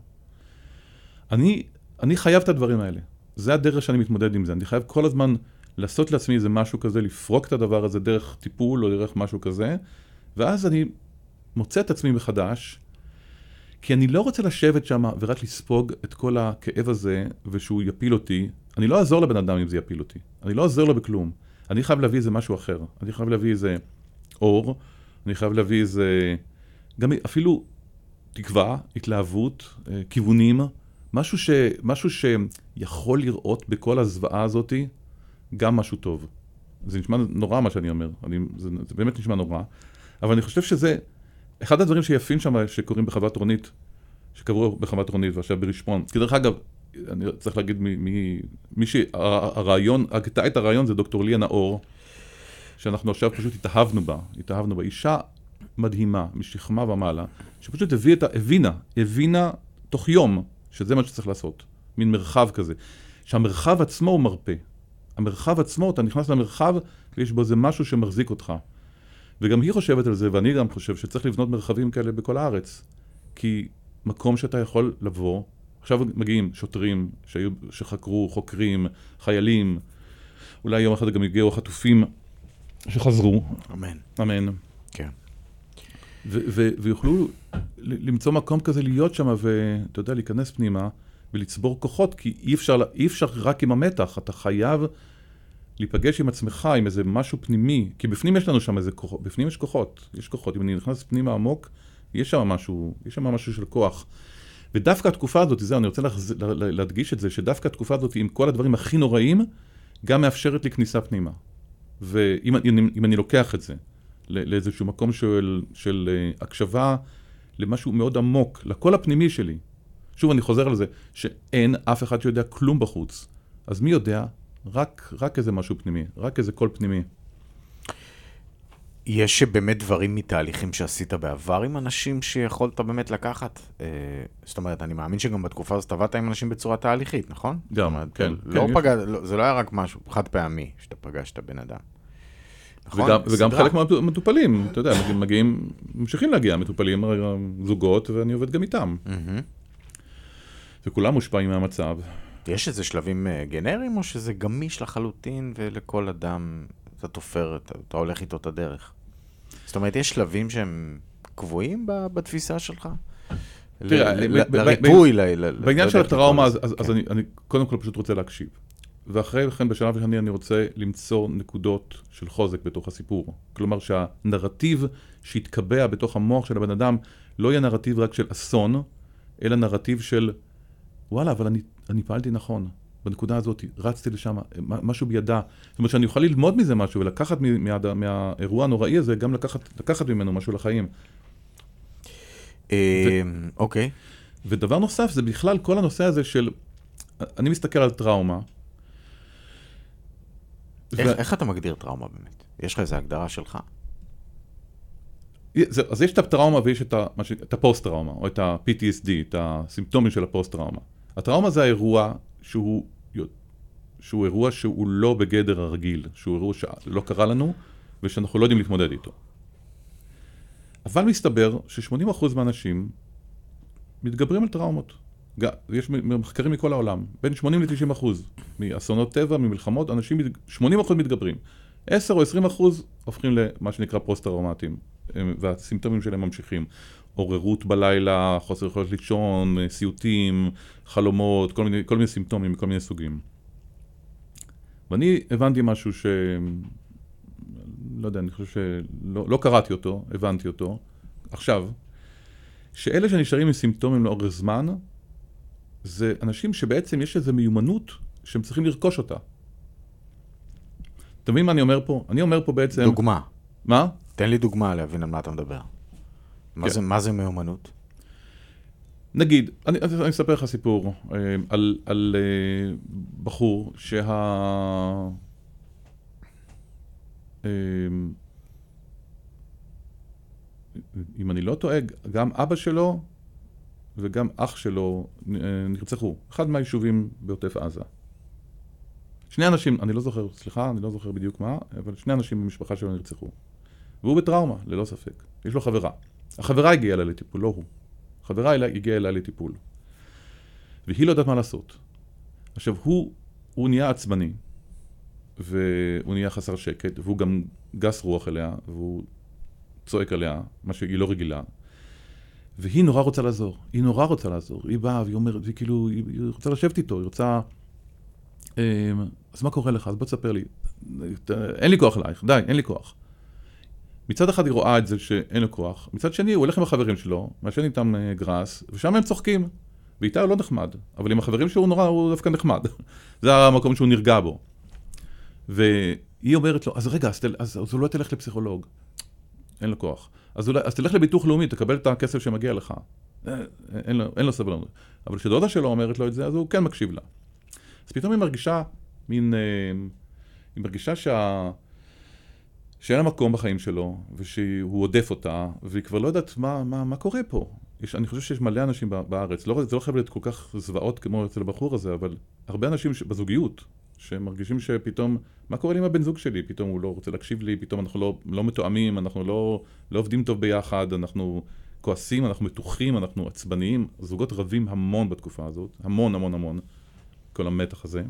אני, אני חייב את הדברים האלה. זה הדרך שאני מתמודד עם זה. אני חייב כל הזמן לעשות לעצמי איזה משהו כזה, לפרוק את הדבר הזה דרך טיפול או דרך משהו כזה, ואז אני מוצא את עצמי מחדש, כי אני לא רוצה לשבת שם ורק לספוג את כל הכאב הזה, ושהוא יפיל אותי. אני לא אעזור לבן אדם אם זה יפיל אותי. אני לא אעזור לו בכלום. אני חייב להביא איזה משהו אחר. אני חייב להביא איזה אור, אני חייב להביא איזה, גם אפילו תקווה, התלהבות, כיוונים, משהו ש, משהו שיכול לראות בכל הזוועה הזאת גם משהו טוב. זה נשמע נורא מה שאני אומר, אני, זה, זה באמת נשמע נורא, אבל אני חושב שזה, אחד הדברים שיפים שם שקורים בחוות רונית, שקרו בחוות רונית ועכשיו ברשפון, כי דרך אגב, אני צריך להגיד מי, מי, מי שהרעיון, הגתה את הרעיון זה דוקטור ליה נאור, שאנחנו עכשיו פשוט התאהבנו בה, התאהבנו בה, אישה מדהימה, משכמה ומעלה, שפשוט הביא את, הבינה, הבינה תוך יום, שזה מה שצריך לעשות, מין מרחב כזה, שהמרחב עצמו הוא מרפא. המרחב עצמו, אתה נכנס למרחב, ויש בו איזה משהו שמחזיק אותך. וגם היא חושבת על זה, ואני גם חושב שצריך לבנות מרחבים כאלה בכל הארץ. כי מקום שאתה יכול לבוא, עכשיו מגיעים שוטרים שהיו, שחקרו, חוקרים, חיילים, אולי יום אחד גם הגיעו חטופים שחזרו. אמן. אמן. כן. ו- ו- ויוכלו למצוא מקום כזה להיות שם, ואתה יודע, להיכנס פנימה, ולצבור כוחות, כי אי אפשר, אי אפשר רק עם המתח, אתה חייב להיפגש עם עצמך, עם איזה משהו פנימי, כי בפנים יש לנו שם איזה כוחות, בפנים יש כוחות, יש כוחות, אם אני נכנס פנימה עמוק, יש שם משהו, יש שם משהו של כוח. ודווקא התקופה הזאת, זה, אני רוצה להחז... להדגיש את זה, שדווקא התקופה הזאת, עם כל הדברים הכי נוראים, גם מאפשרת לי כניסה פנימה. ואם אם, אם אני לוקח את זה, לאיזשהו מקום של, של הקשבה, למשהו מאוד עמוק, לקול הפנימי שלי, שוב, אני חוזר על זה, שאין אף אחד שיודע כלום בחוץ. אז מי יודע? רק, רק איזה משהו פנימי, רק איזה קול פנימי. יש באמת דברים מתהליכים שעשית בעבר עם אנשים שיכולת באמת לקחת? זאת אומרת, אני מאמין שגם בתקופה הזאת עבדת עם אנשים בצורה תהליכית, נכון? גם, אומרת, כן. לא כן פגע, לא, זה לא היה רק משהו חד פעמי שאתה פגשת בן אדם. נכון? וגם, וגם חלק מהמטופלים, אתה יודע, מגיעים, ממשיכים להגיע, מטופלים, זוגות, ואני עובד גם איתם. Mm-hmm. וכולם מושפעים מהמצב. יש איזה שלבים גנריים, או שזה גמיש לחלוטין, ולכל אדם אתה תופר, אתה, אתה הולך איתו את הדרך? זאת אומרת, יש שלבים שהם קבועים בתפיסה שלך? תראה, לריפוי, בעניין של הטראומה, אז אני קודם כל פשוט רוצה להקשיב. ואחרי כן, בשלב השני, אני רוצה למצוא נקודות של חוזק בתוך הסיפור. כלומר, שהנרטיב שהתקבע בתוך המוח של הבן אדם, לא יהיה נרטיב רק של אסון, אלא נרטיב של, וואלה, אבל אני, אני פעלתי נכון. בנקודה הזאת, רצתי לשם, משהו בידה. זאת אומרת שאני אוכל ללמוד מזה משהו, ולקחת מה, מהאירוע הנוראי הזה, גם לקחת, לקחת ממנו משהו לחיים. אוקיי. ודבר נוסף, זה בכלל כל הנושא הזה של, אני מסתכל על טראומה. איך אתה מגדיר טראומה באמת? יש לך איזו הגדרה שלך? אז יש את הטראומה ויש את הפוסט-טראומה, או את ה-פי טי אס די, את הסימפטומים של הפוסט-טראומה. הטראומה זה האירוע שהוא, שהוא אירוע שהוא לא בגדר הרגיל, שהוא אירוע שלא קרה לנו, ושאנחנו לא יודעים להתמודד איתו. אבל מסתבר ש-שמונים אחוז מהאנשים מתגברים על טראומות. יש מחקרים מכל העולם, בין שמונים ל-תשעים אחוז מאסונות טבע, ממלחמות, אנשים, שמונים אחוז מתגברים. עשר או עשרים אחוז הופכים למה שנקרא פוסט-טראומטיים, והסימפטומים שלהם ממשיכים. עוררות בלילה, חוסר יכולת לישון, סיוטים, חלומות, כל מיני, כל מיני סימפטומים מכל מיני סוגים. ואני הבנתי משהו ש... לא יודע, אני חושב שלא לא קראתי אותו, הבנתי אותו. עכשיו, שאלה שנשארים עם סימפטומים לאורך זמן, זה אנשים שבעצם יש איזו מיומנות שהם צריכים לרכוש אותה. אתה מבין מה אני אומר פה? אני אומר פה בעצם... דוגמה. מה? תן לי דוגמה להבין על מה אתה מדבר. מה, כן. זה, מה זה מיומנות? נגיד, אני, אני אספר לך סיפור על, על בחור שה... אם אני לא טועה, גם אבא שלו וגם אח שלו נרצחו. אחד מהיישובים בעוטף עזה. שני אנשים, אני לא זוכר, סליחה, אני לא זוכר בדיוק מה, אבל שני אנשים במשפחה שלו נרצחו. והוא בטראומה, ללא ספק. יש לו חברה. החברה הגיעה אליי לטיפול, לא הוא. החברה הגיעה אליי לטיפול. והיא לא יודעת מה לעשות. עכשיו, הוא, הוא נהיה עצבני, והוא נהיה חסר שקט, והוא גם גס רוח אליה, והוא צועק עליה, מה שהיא לא רגילה. והיא נורא רוצה לעזור. היא נורא רוצה לעזור. היא באה, והיא אומרת, והיא כאילו, היא רוצה לשבת איתו, היא רוצה... אז מה קורה לך? אז בוא תספר לי. אין לי כוח אלייך, די, אין לי כוח. מצד אחד היא רואה את זה שאין לו כוח, מצד שני הוא הולך עם החברים שלו, מעשן איתם גראס, ושם הם צוחקים. ואיתה הוא לא נחמד, אבל עם החברים שלו הוא נורא, הוא דווקא נחמד. זה המקום שהוא נרגע בו. והיא אומרת לו, אז רגע, אז, אז, אז הוא לא תלך לפסיכולוג. אין לו כוח. אז, אולי, אז תלך לביטוח לאומי, תקבל את הכסף שמגיע לך. אין לו, אין לו סבלנות. אבל כשדודה שלו אומרת לו את זה, אז הוא כן מקשיב לה. אז פתאום היא מרגישה, מין, היא מרגישה שה... שאין לה מקום בחיים שלו, ושהוא עודף אותה, והיא כבר לא יודעת מה, מה, מה קורה פה. יש, אני חושב שיש מלא אנשים בארץ, לא, זה לא חייב להיות כל כך זוועות כמו אצל הבחור הזה, אבל הרבה אנשים בזוגיות, שמרגישים שפתאום, מה קורה לי עם הבן זוג שלי? פתאום הוא לא רוצה להקשיב לי, פתאום אנחנו לא, לא מתואמים, אנחנו לא, לא עובדים טוב ביחד, אנחנו כועסים, אנחנו מתוחים, אנחנו עצבניים. זוגות רבים המון בתקופה הזאת, המון המון המון, כל המתח הזה.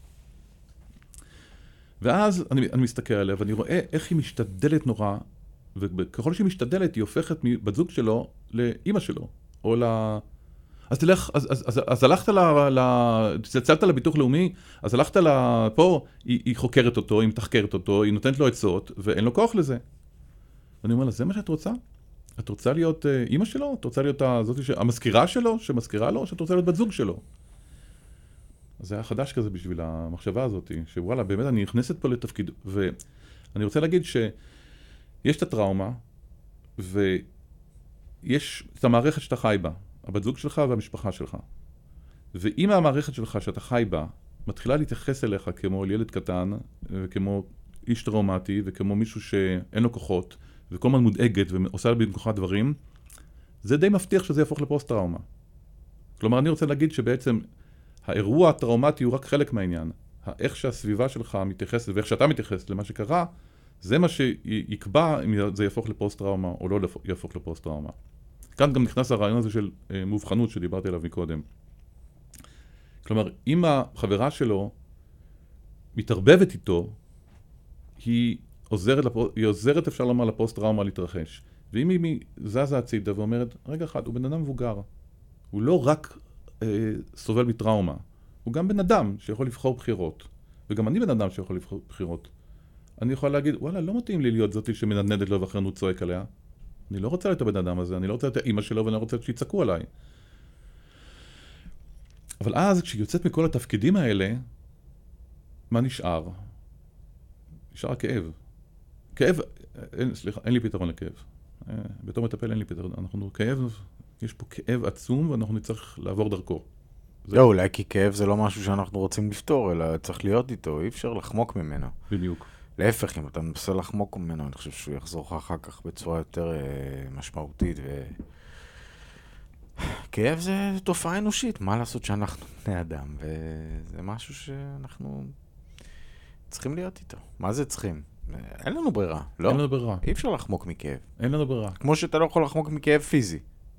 ואז אני, אני מסתכל עליה, ואני רואה איך היא משתדלת נורא, וככל שהיא משתדלת, היא הופכת מבת זוג שלו לאמא שלו, או ל... אז תלך, אז, אז, אז, אז הלכת ל... ל... צלצלת לביטוח לאומי, אז הלכת לפה, היא, היא חוקרת אותו, היא מתחקרת אותו, היא נותנת לו עצות, ואין לו כוח לזה. ואני אומר לה, זה מה שאת רוצה? את רוצה להיות אמא שלו? את רוצה להיות הזאת, המזכירה שלו, שמזכירה לו, או שאת רוצה להיות בת זוג שלו? אז זה היה חדש כזה בשביל המחשבה הזאת, שוואלה, באמת אני נכנסת פה לתפקיד, ואני רוצה להגיד שיש את הטראומה, ויש את המערכת שאתה חי בה, הבת זוג שלך והמשפחה שלך. ואם המערכת שלך שאתה חי בה, מתחילה להתייחס אליך כמו ילד קטן, וכמו איש טראומטי, וכמו מישהו שאין לו כוחות, וכל הזמן מודאגת ועושה במקוחה דברים, זה די מבטיח שזה יהפוך לפוסט-טראומה. כלומר, אני רוצה להגיד שבעצם האירוע הטראומטי הוא רק חלק מהעניין. איך שהסביבה שלך מתייחסת, ואיך שאתה מתייחס למה שקרה, זה מה שיקבע אם זה יהפוך לפוסט-טראומה או לא יהפוך לפוסט-טראומה. כאן גם נכנס הרעיון הזה של מובחנות שדיברתי עליו מקודם. כלומר, אם החברה שלו מתערבבת איתו, היא עוזרת, היא עוזרת אפשר לומר לפוסט-טראומה להתרחש. ואם היא זזה הצידה ואומרת, רגע אחד, הוא בן אדם מבוגר. הוא לא רק אה, סובל מטראומה. הוא גם בן אדם שיכול לבחור בחירות. וגם אני בן אדם שיכול לבחור בחירות. אני יכול להגיד, וואלה, לא מתאים לי להיות זאתי שמנדנדת לו ואחרנו הוא צועק עליה. אני לא רוצה להיות הבן אדם הזה, אני לא רוצה להיות האמא שלו ואני לא רוצה שיצעקו עליי. אבל אז, כשהיא יוצאת מכל התפקידים האלה, מה נשאר? נשאר כאב. כאב, אין, סליחה, אין לי פתרון לכאב. בתור מטפל אין לי פתרון. אנחנו כאב, יש פה כאב עצום ואנחנו נצטרך לעבור דרכו. זה... לא, אולי כי כאב זה לא משהו שאנחנו רוצים לפתור, אלא צריך להיות איתו, אי אפשר לחמוק ממנו. בדיוק. להפך, אם אתה מנסה לחמוק ממנו, אני חושב שהוא יחזור לך אחר כך בצורה יותר אה, משמעותית. ו... כאב זה תופעה אנושית, מה לעשות שאנחנו בני אדם, וזה משהו שאנחנו צריכים להיות איתו. מה זה צריכים? אין לנו ברירה, לא? אין לנו ברירה. אי אפשר לחמוק מכאב. אין לנו ברירה. כמו שאתה לא יכול לחמוק מכאב פיזי.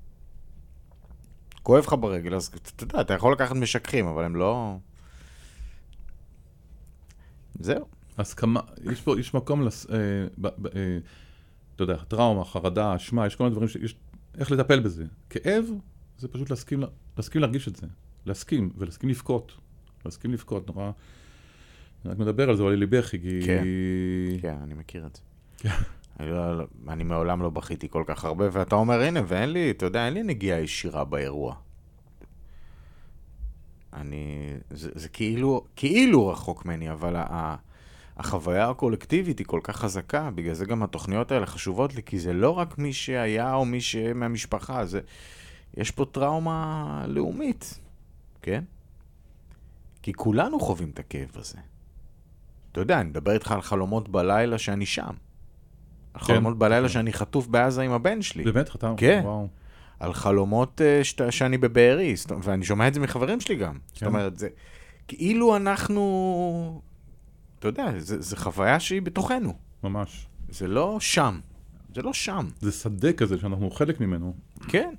כואב לך ברגל, אז אתה יודע, אתה יכול לקחת משככים, אבל הם לא... זהו. אז כמה, יש פה, יש מקום, לס, אה, ב, ב, אה, אתה יודע, טראומה, חרדה, אשמה, יש כל מיני דברים שיש, איך לטפל בזה. כאב, זה פשוט להסכים, להסכים להרגיש את זה. להסכים, ולהסכים לבכות. להסכים לבכות, נורא... אני רק מדבר על זה, אבל ליבי כי... כן, כן, אני מכיר את זה. כן. אני, לא, אני מעולם לא בכיתי כל כך הרבה, ואתה אומר, הנה, ואין לי, אתה יודע, אין לי נגיעה ישירה באירוע. אני, זה, זה כאילו, כאילו רחוק ממני, אבל ה, החוויה הקולקטיבית היא כל כך חזקה, בגלל זה גם התוכניות האלה חשובות לי, כי זה לא רק מי שהיה או מי שמהמשפחה, זה, יש פה טראומה לאומית, כן? כי כולנו חווים את הכאב הזה. אתה יודע, אני מדבר איתך על חלומות בלילה שאני שם. על חלומות בלילה שאני חטוף בעזה עם הבן שלי. באמת חתם? כן. וואו. על חלומות uh, ש... שאני בבארי, ואני שומע את זה מחברים שלי גם. כן. זאת אומרת, זה כאילו אנחנו, אתה יודע, זה, זה חוויה שהיא בתוכנו. ממש. זה לא שם. זה לא שם. זה שדה כזה שאנחנו חלק ממנו. כן.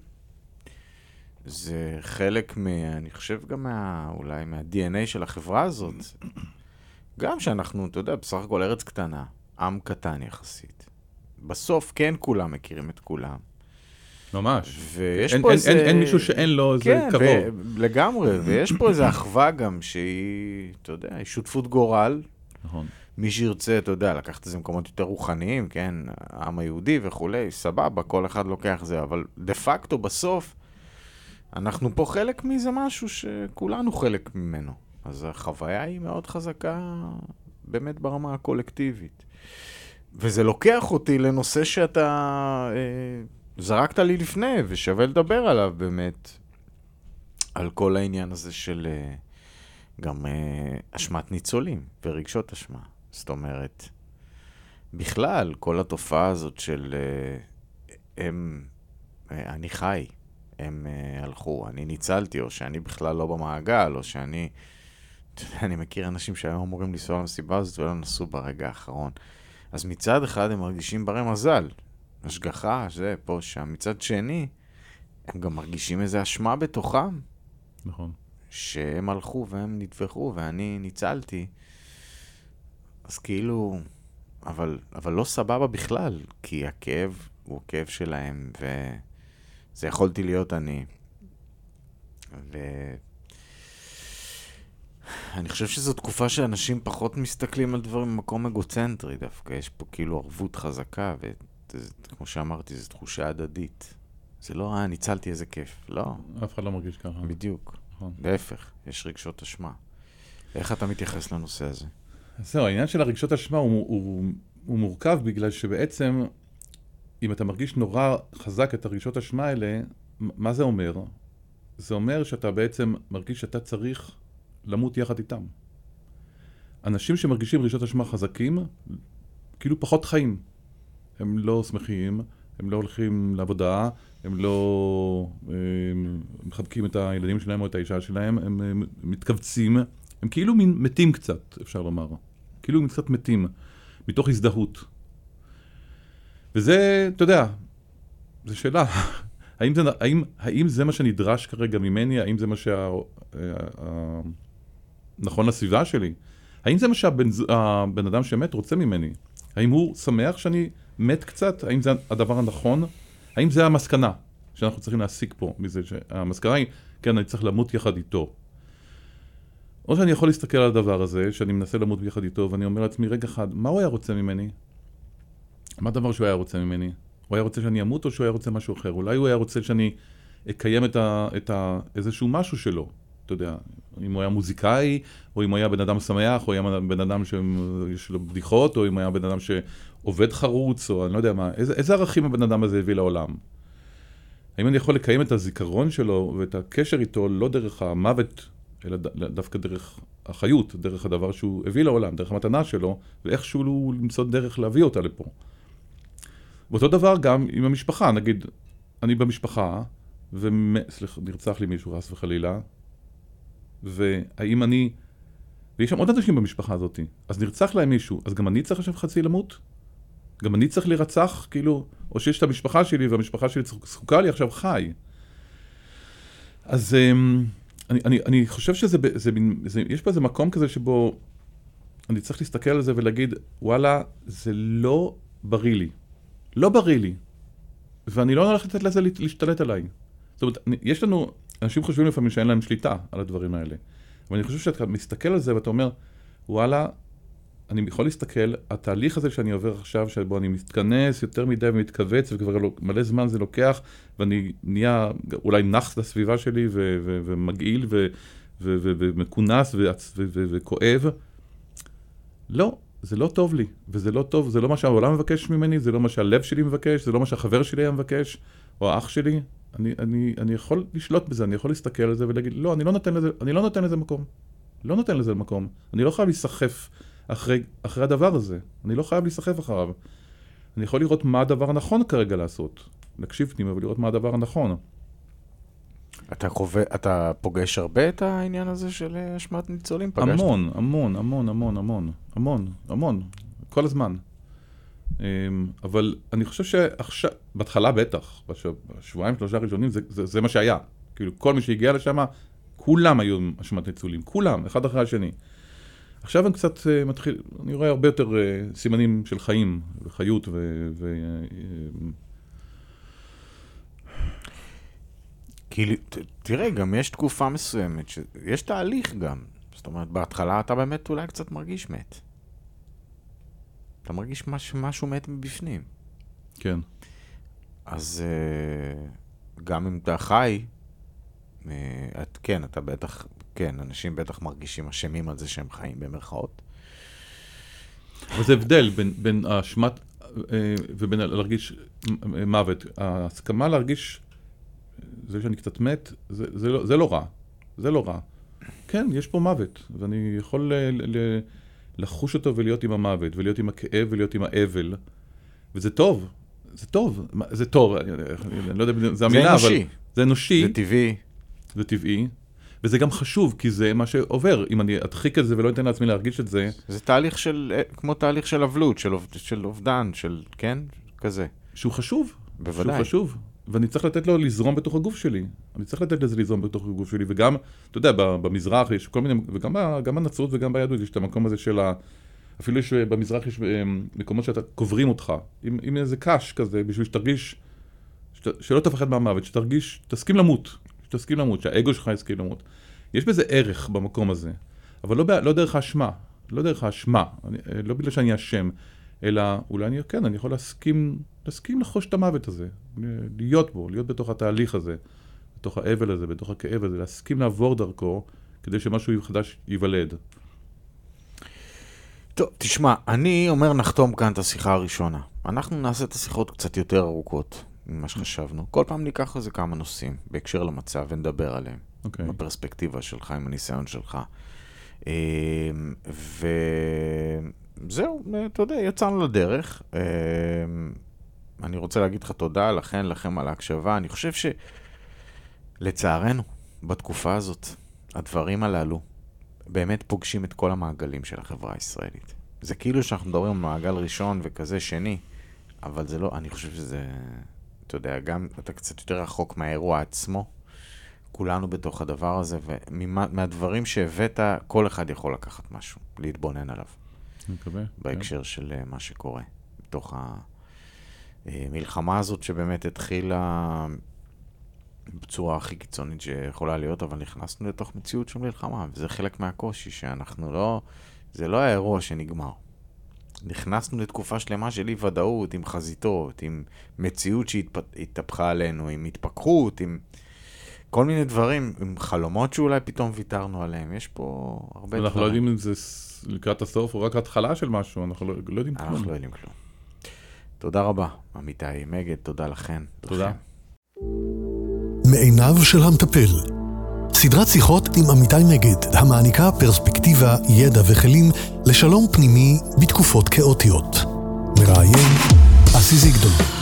זה חלק מה, אני חושב גם מה, אולי מה-די אן איי של החברה הזאת. גם שאנחנו, אתה יודע, בסך הכל ארץ קטנה, עם קטן יחסית. בסוף כן כולם מכירים את כולם. ממש. ויש אין, פה אין, איזה... אין, אין מישהו שאין לו איזה כן, קרוב. ו... לגמרי, ויש פה איזה אחווה גם שהיא, אתה יודע, היא שותפות גורל. נכון. מי שירצה, אתה יודע, לקחת איזה מקומות יותר רוחניים, כן, העם היהודי וכולי, סבבה, כל אחד לוקח זה, אבל דה פקטו בסוף, אנחנו פה חלק מזה משהו שכולנו חלק ממנו. אז החוויה היא מאוד חזקה, באמת ברמה הקולקטיבית. וזה לוקח אותי לנושא שאתה אה, זרקת לי לפני, ושווה לדבר עליו באמת, על כל העניין הזה של אה, גם אה, אשמת ניצולים ורגשות אשמה. זאת אומרת, בכלל, כל התופעה הזאת של אה, הם, אה, אני חי, הם אה, הלכו, אני ניצלתי, או שאני בכלל לא במעגל, או שאני, אתה יודע, אני מכיר אנשים שהיום אמורים לנסוע למסיבה הזאת ולא נסעו ברגע האחרון. אז מצד אחד הם מרגישים ברי מזל, השגחה, זה, פה, שם. מצד שני, הם גם מרגישים איזו אשמה בתוכם. נכון. שהם הלכו והם נטבחו ואני ניצלתי. אז כאילו, אבל, אבל לא סבבה בכלל, כי הכאב הוא הכאב שלהם, וזה יכולתי להיות אני. ואני חושב שזו תקופה שאנשים פחות מסתכלים על דברים במקום אגוצנטרי דווקא. יש פה כאילו ערבות חזקה, וכמו שאמרתי, זו תחושה הדדית. זה לא, אה, ניצלתי איזה כיף. לא. אף אחד לא מרגיש ככה. בדיוק. נכון. להפך, יש רגשות אשמה. איך אתה מתייחס לנושא הזה? זהו, העניין של הרגשות אשמה הוא, הוא, הוא מורכב בגלל שבעצם, אם אתה מרגיש נורא חזק את הרגשות אשמה האלה, מה זה אומר? זה אומר שאתה בעצם מרגיש שאתה צריך למות יחד איתם. אנשים שמרגישים רגשות אשמה חזקים, כאילו פחות חיים. הם לא שמחים, הם לא הולכים לעבודה, הם לא הם מחבקים את הילדים שלהם או את האישה שלהם, הם, הם מתכווצים, הם כאילו מתים קצת, אפשר לומר. כאילו הם קצת מתים, מתוך הזדהות. וזה, אתה יודע, זו שאלה. האם זה, האם, האם זה מה שנדרש כרגע ממני? האם זה מה שה... נכון לסביבה שלי? האם זה מה שהבן אדם שמת רוצה ממני? האם הוא שמח שאני מת קצת? האם זה הדבר הנכון? האם זה המסקנה שאנחנו צריכים להסיק פה מזה? המסקנה היא, כן, אני צריך למות יחד איתו. או שאני יכול להסתכל על הדבר הזה, שאני מנסה למות יחד איתו, ואני אומר לעצמי, רגע אחד, מה הוא היה רוצה ממני? מה הדבר שהוא היה רוצה ממני? הוא היה רוצה שאני אמות או שהוא היה רוצה משהו אחר? אולי הוא היה רוצה שאני אקיים את ה, את ה, איזשהו משהו שלו. אתה יודע, אם הוא היה מוזיקאי, או אם הוא היה בן אדם שמח, או אם היה בן אדם שיש לו בדיחות, או אם הוא היה בן אדם שעובד חרוץ, או אני לא יודע מה, איזה, איזה ערכים הבן אדם הזה הביא לעולם? האם אני יכול לקיים את הזיכרון שלו ואת הקשר איתו לא דרך המוות, אלא דווקא דרך החיות, דרך הדבר שהוא הביא לעולם, דרך המתנה שלו, ואיכשהו הוא למצוא דרך להביא אותה לפה. ואותו דבר גם עם המשפחה, נגיד, אני במשפחה, ונרצח לי מישהו רס וחלילה, והאם אני, ויש שם עוד אנשים במשפחה הזאת, אז נרצח להם מישהו, אז גם אני צריך עכשיו חצי למות? גם אני צריך להירצח, כאילו, או שיש את המשפחה שלי, והמשפחה שלי זקוקה לי עכשיו חי. אז אני, אני, אני חושב שזה, זה, זה, יש פה איזה מקום כזה שבו אני צריך להסתכל על זה ולהגיד, וואלה, זה לא בריא לי. לא בריא לי. ואני לא הולך לתת לזה להשתלט עליי. זאת אומרת, יש לנו, אנשים חושבים לפעמים שאין להם שליטה על הדברים האלה. אבל אני חושב שאתה מסתכל על זה ואתה אומר, וואלה, אני יכול להסתכל, התהליך הזה שאני עובר עכשיו, שבו אני מתכנס יותר מדי ומתכווץ, וכבר מלא זמן זה לוקח, ואני נהיה אולי נחס לסביבה שלי, ו- ו- ומגעיל, ו- ו- ו- ומכונס, ו- ו- ו- וכואב. לא, זה לא טוב לי, וזה לא טוב, זה לא מה שהעולם מבקש ממני, זה לא מה שהלב שלי מבקש, זה לא מה שהחבר שלי היה מבקש, או האח שלי. אני, אני, אני יכול לשלוט בזה, אני יכול להסתכל על זה ולהגיד, לא, אני לא נותן לזה, אני לא נותן לזה מקום. לא נותן לזה מקום. אני לא חייב להיסחף אחרי, אחרי הדבר הזה. אני לא חייב להיסחף אחריו. אני יכול לראות מה הדבר הנכון כרגע לעשות. להקשיב פנימה ולראות מה הדבר הנכון. אתה חווה, אתה פוגש הרבה את העניין הזה של אשמת ניצולים? פגשת? המון, המון, המון, המון, המון, המון, המון, כל הזמן. אבל אני חושב שעכשיו, בהתחלה בטח, בשבועיים, שלושה ראשונים, זה, זה, זה מה שהיה. כאילו, כל מי שהגיע לשם, כולם היו אשמת ניצולים, כולם, אחד אחרי השני. עכשיו אני קצת מתחיל, אני רואה הרבה יותר סימנים של חיים, וחיות ו... ו כאילו, תראה, גם יש תקופה מסוימת, יש תהליך גם. זאת אומרת, בהתחלה אתה באמת אולי קצת מרגיש מת. אתה מרגיש משהו, משהו מת מבפנים. כן. אז גם אם אתה חי, את, כן, אתה בטח, כן, אנשים בטח מרגישים אשמים על זה שהם חיים במרכאות. אבל זה הבדל בין, בין האשמת ובין להרגיש מוות. ההסכמה להרגיש זה שאני קצת מת, זה, זה, לא, זה לא רע. זה לא רע. כן, יש פה מוות, ואני יכול ל, ל, לחוש אותו ולהיות עם המוות, ולהיות עם הכאב ולהיות עם האבל. וזה טוב. זה טוב. זה טוב. אני, אני לא יודע, זה המילה, זה אנושי. אבל זה אנושי. זה טבעי. זה טבעי. וזה גם חשוב, כי זה מה שעובר. אם אני אדחיק את זה ולא אתן לעצמי להרגיש את זה... זה תהליך של, כמו תהליך של אבלות, של, של אובדן, של, כן? כזה. שהוא חשוב. בוודאי. שהוא חשוב. ואני צריך לתת לו לזרום בתוך הגוף שלי. אני צריך לתת לזה לזרום בתוך הגוף שלי. וגם, אתה יודע, במזרח יש כל מיני... וגם גם בנצרות וגם ביהדות יש את המקום הזה של ה... אפילו יש, במזרח יש מקומות שאתה קוברים אותך. עם, עם איזה קש כזה, בשביל שתרגיש... שת, שלא תפחד מהמוות, שתרגיש... תסכים למות. שתסכים למות, שהאגו שלך יסכים למות. יש בזה ערך במקום הזה, אבל לא, לא דרך האשמה, לא דרך האשמה, אני, לא בגלל שאני אשם, אלא אולי אני, כן, אני יכול להסכים, להסכים לחוש את המוות הזה, להיות בו, להיות בתוך התהליך הזה, בתוך האבל הזה, בתוך הכאב הזה, להסכים לעבור דרכו, כדי שמשהו חדש ייוולד. טוב, תשמע, אני אומר נחתום כאן את השיחה הראשונה. אנחנו נעשה את השיחות קצת יותר ארוכות ממה שחשבנו. כל פעם ניקח איזה כמה נושאים בהקשר למצב ונדבר עליהם. Okay. עם הפרספקטיבה שלך, עם הניסיון שלך. וזהו, אתה יודע, יצאנו לדרך. אני רוצה להגיד לך תודה לכן, לכם על ההקשבה. אני חושב שלצערנו, בתקופה הזאת, הדברים הללו באמת פוגשים את כל המעגלים של החברה הישראלית. זה כאילו שאנחנו מדברים על מעגל ראשון וכזה שני, אבל זה לא, אני חושב שזה, אתה יודע, גם אתה קצת יותר רחוק מהאירוע עצמו, כולנו בתוך הדבר הזה, ומהדברים שהבאת, כל אחד יכול לקחת משהו, להתבונן עליו. אני מקווה. בהקשר של מה שקורה. בתוך המלחמה הזאת שבאמת התחילה בצורה הכי קיצונית שיכולה להיות, אבל נכנסנו לתוך מציאות של מלחמה, וזה חלק מהקושי שאנחנו לא, זה לא האירוע שנגמר. נכנסנו לתקופה שלמה של אי ודאות, עם חזיתות, עם מציאות שהתהפכה עלינו, עם התפכחות, עם כל מיני דברים, עם חלומות שאולי פתאום ויתרנו עליהם. יש פה הרבה דברים. אנחנו לא יודעים אם זה לקראת הסוף או רק התחלה של משהו, אנחנו לא, לא יודעים כלום. אנחנו לא יודעים כלום. תודה רבה, עמיתי מגד, תודה לכן. תודה. מעיניו של המטפל. סדרת שיחות עם עמיתי מגד, המעניקה פרספקטיבה, ידע וכלים לשלום פנימי בתקופות כאוטיות. מראיין, עסיזי גדול.